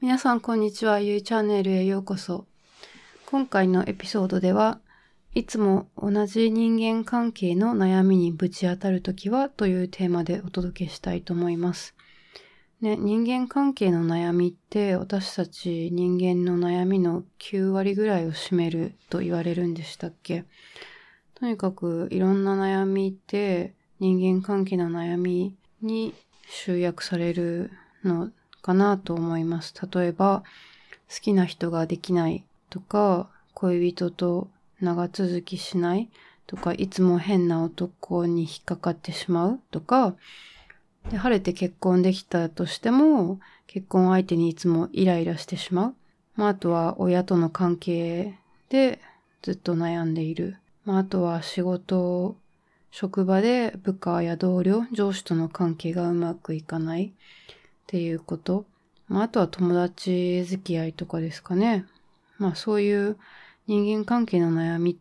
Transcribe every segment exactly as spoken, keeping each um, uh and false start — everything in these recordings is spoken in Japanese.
皆さんこんにちは。ゆいチャンネルへようこそ。今回のエピソードではいつも同じ人間関係の悩みにぶち当たるときはというテーマでお届けしたいと思います。ね、人間関係の悩みって私たち人間の悩みのきゅうわりぐらいを占めると言われるんでしたっけ。とにかくいろんな悩みって人間関係の悩みに集約されるのかなと思います。例えば好きな人ができないとか、恋人と長続きしないとか、いつも変な男に引っかかってしまうとか、で晴れて結婚できたとしても結婚相手にいつもイライラしてしまう。まあ、あとは親との関係でずっと悩んでいる。まあ、あとは仕事、職場で部下や同僚、上司との関係がうまくいかないっていうこと。まあ、あとは友達付き合いとかですかね。まあそういう人間関係の悩みって、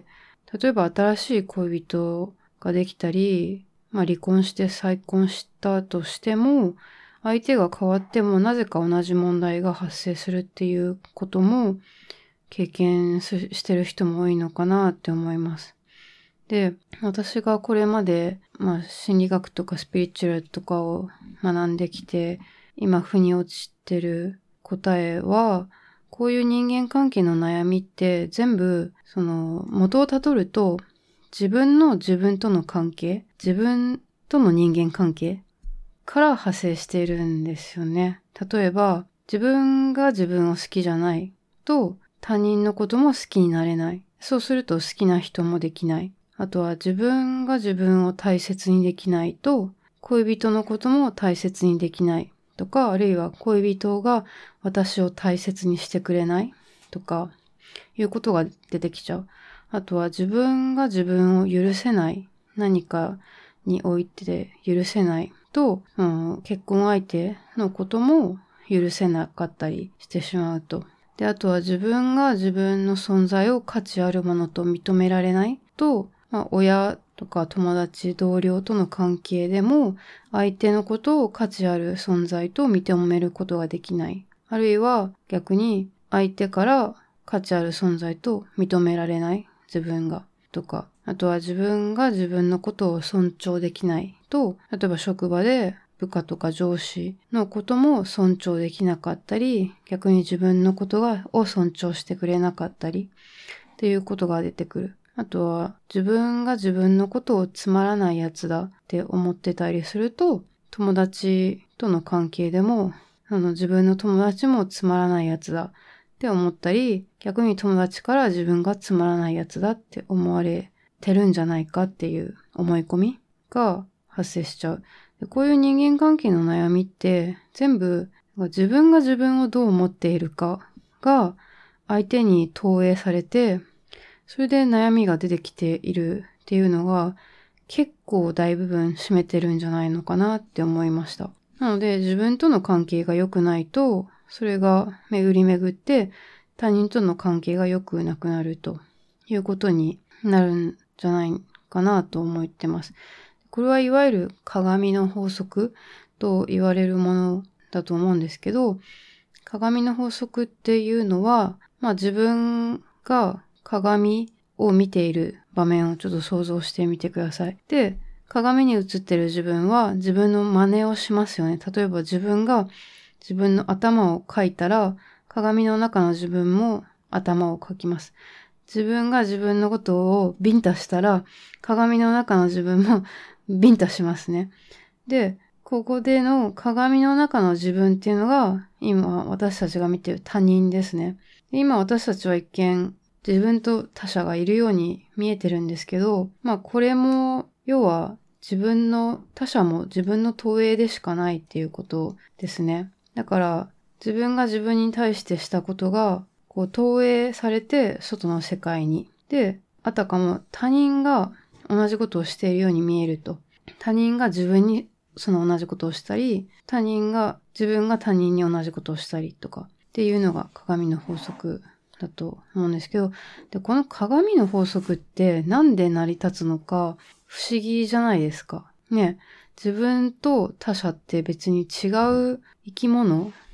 例えば新しい恋人ができたり、まあ離婚して再婚したとしても、相手が変わってもなぜか同じ問題が発生するっていうことも経験してる人も多いのかなって思います。で、私がこれまで、まあ心理学とかスピリチュアルとかを学んできて、今腑に落ちてる答えは、こういう人間関係の悩みって全部その元をたどると自分の自分との関係、自分との人間関係から派生しているんですよね。例えば自分が自分を好きじゃないと他人のことも好きになれない。そうすると好きな人もできない。あとは自分が自分を大切にできないと恋人のことも大切にできない。とか、あるいは恋人が私を大切にしてくれないとかいうことが出てきちゃう。あとは自分が自分を許せない、何かにおいて許せないと、うん、結婚相手のことも許せなかったりしてしまうと。で、あとは自分が自分の存在を価値あるものと認められないと、まあ、親とか友達、同僚との関係でも相手のことを価値ある存在と認めることができない。あるいは逆に相手から価値ある存在と認められない自分がとか、あとは自分が自分のことを尊重できないと、例えば職場で部下とか上司のことも尊重できなかったり、逆に自分のことがを尊重してくれなかったりっていうことが出てくる。あとは自分が自分のことをつまらないやつだって思ってたりすると、友達との関係でもあの自分の友達もつまらないやつだって思ったり、逆に友達から自分がつまらないやつだって思われてるんじゃないかっていう思い込みが発生しちゃう。でこういう人間関係の悩みって全部自分が自分をどう思っているかが相手に投影されて、それで悩みが出てきているっていうのが結構大部分占めてるんじゃないのかなって思いました。なので自分との関係が良くないと、それが巡り巡って他人との関係が良くなくなるということになるんじゃないかなと思ってます。これはいわゆる鏡の法則と言われるものだと思うんですけど、鏡の法則っていうのは、まあ自分が鏡を見ている場面をちょっと想像してみてください。で、鏡に映ってる自分は自分の真似をしますよね。例えば自分が自分の頭を描いたら、鏡の中の自分も頭を描きます。自分が自分のことをビンタしたら、鏡の中の自分もビンタしますね。で、ここでの鏡の中の自分っていうのが、今私たちが見ている他人ですね。今私たちは一見、自分と他者がいるように見えてるんですけど、まあこれも要は自分の他者も自分の投影でしかないっていうことですね。だから自分が自分に対してしたことがこう投影されて外の世界に。で、あたかも他人が同じことをしているように見えると。他人が自分にその同じことをしたり、他人が自分が他人に同じことをしたりとかっていうのが鏡の法則だと思うんですけど、で、この鏡の法則ってなんで成り立つのか不思議じゃないですか。ね、自分と他者って別に違う生き物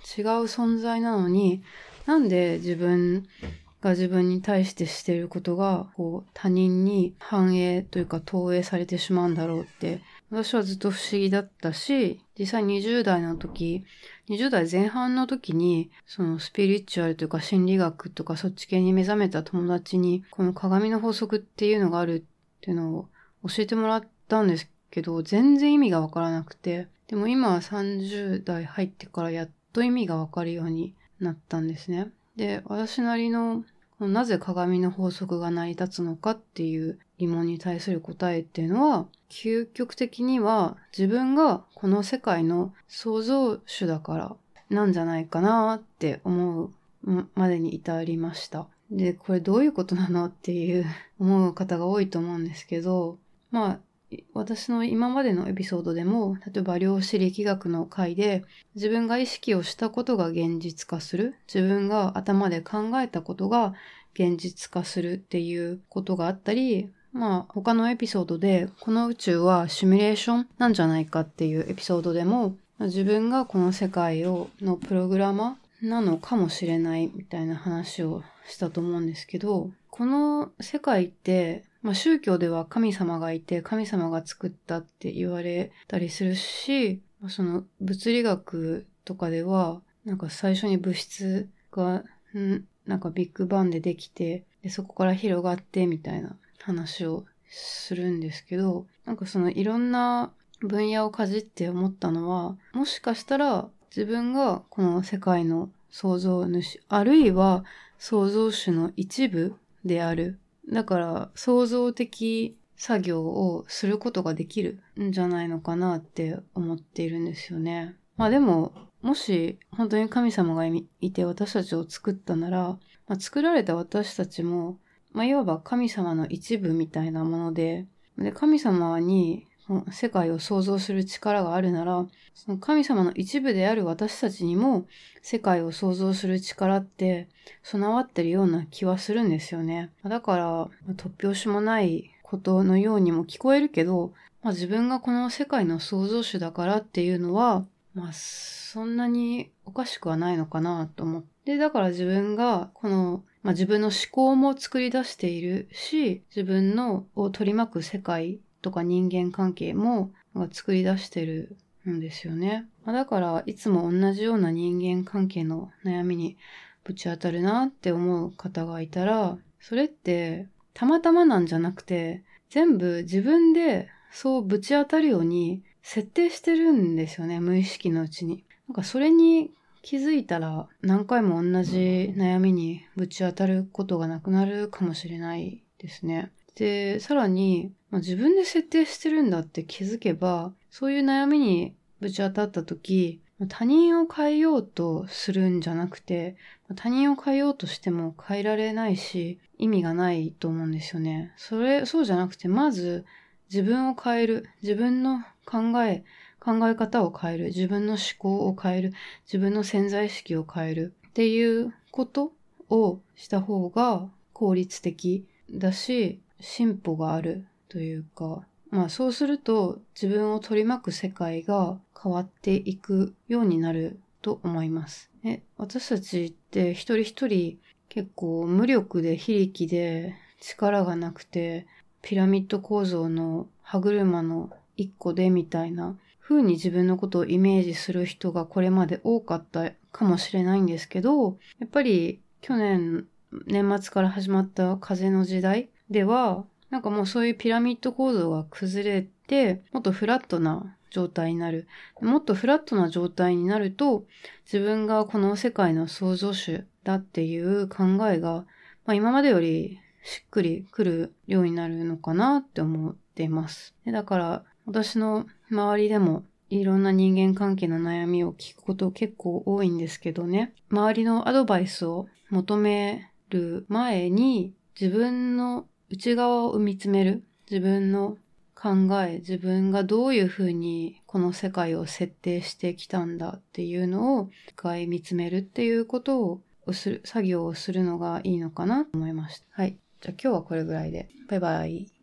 違う存在なのに、なんで自分が自分に対してしていることがこう他人に反映というか投影されてしまうんだろうって私はずっと不思議だったし、実際にじゅう代の時、にじゅう代前半の時にそのスピリチュアルというか心理学とかそっち系に目覚めた友達にこの鏡の法則っていうのがあるっていうのを教えてもらったんですけど、全然意味がわからなくて、でも今はさんじゅう代入ってからやっと意味がわかるようになったんですね。で、私なりのなぜ鏡の法則が成り立つのかっていう疑問に対する答えっていうのは、究極的には自分がこの世界の創造主だからなんじゃないかなって思うまでに至りました。で、これどういうことなのっていう思う方が多いと思うんですけど、まあ、私の今までのエピソードでも、例えば量子力学の回で、自分が意識をしたことが現実化する、自分が頭で考えたことが現実化するっていうことがあったり、まあ他のエピソードで、この宇宙はシミュレーションなんじゃないかっていうエピソードでも、自分がこの世界をのプログラマーなのかもしれないみたいな話をしたと思うんですけど、この世界ってまあ、宗教では神様がいて神様が作ったって言われたりするし、その物理学とかではなんか最初に物質がんなんかビッグバンでできて、でそこから広がってみたいな話をするんですけど、なんかそのいろんな分野をかじって思ったのは、もしかしたら自分がこの世界の創造主、あるいは創造主の一部である。だから創造的作業をすることができるんじゃないのかなって思っているんですよね。まあでも、もし本当に神様がいて私たちを作ったなら、まあ、作られた私たちも、まあ、いわば神様の一部みたいなもので、で神様に世界を創造する力があるなら、その神様の一部である私たちにも世界を創造する力って備わってるような気はするんですよね。だから突拍子もないことのようにも聞こえるけど、まあ、自分がこの世界の創造主だからっていうのは、まあそんなにおかしくはないのかなと思って、だから自分がこのまあ、自分の思考も作り出しているし、自分のを取り巻く世界とか人間関係も作り出してるんですよね。だからいつも同じような人間関係の悩みにぶち当たるなって思う方がいたら、それってたまたまなんじゃなくて、全部自分でそうぶち当たるように設定してるんですよね、無意識のうちに。なんかそれに気づいたら何回も同じ悩みにぶち当たることがなくなるかもしれないですね。で、さらに、まあ、自分で設定してるんだって気づけば、そういう悩みにぶち当たった時、他人を変えようとするんじゃなくて、他人を変えようとしても変えられないし、意味がないと思うんですよね。それ、そうじゃなくて、まず自分を変える。自分の考え、考え方を変える。自分の思考を変える。自分の潜在意識を変える。っていうことをした方が効率的だし、進歩があるというか、まあそうすると自分を取り巻く世界が変わっていくようになると思います。え、私たちって一人一人結構無力で非力で力がなくて、ピラミッド構造の歯車の一個でみたいな風に自分のことをイメージする人がこれまで多かったかもしれないんですけど、やっぱり去年年末から始まった風の時代では、なんかもうそういうピラミッド構造が崩れて、もっとフラットな状態になる。もっとフラットな状態になると、自分がこの世界の創造主だっていう考えが、まあ、今までよりしっくりくるようになるのかなって思っています。でだから私の周りでもいろんな人間関係の悩みを聞くこと結構多いんですけどね。周りのアドバイスを求める前に自分の内側を見つめる。自分の考え、自分がどういうふうにこの世界を設定してきたんだっていうのを一回見つめるっていうことをする、作業をするのがいいのかなと思いました。はい。じゃあ今日はこれぐらいで。バイバイ。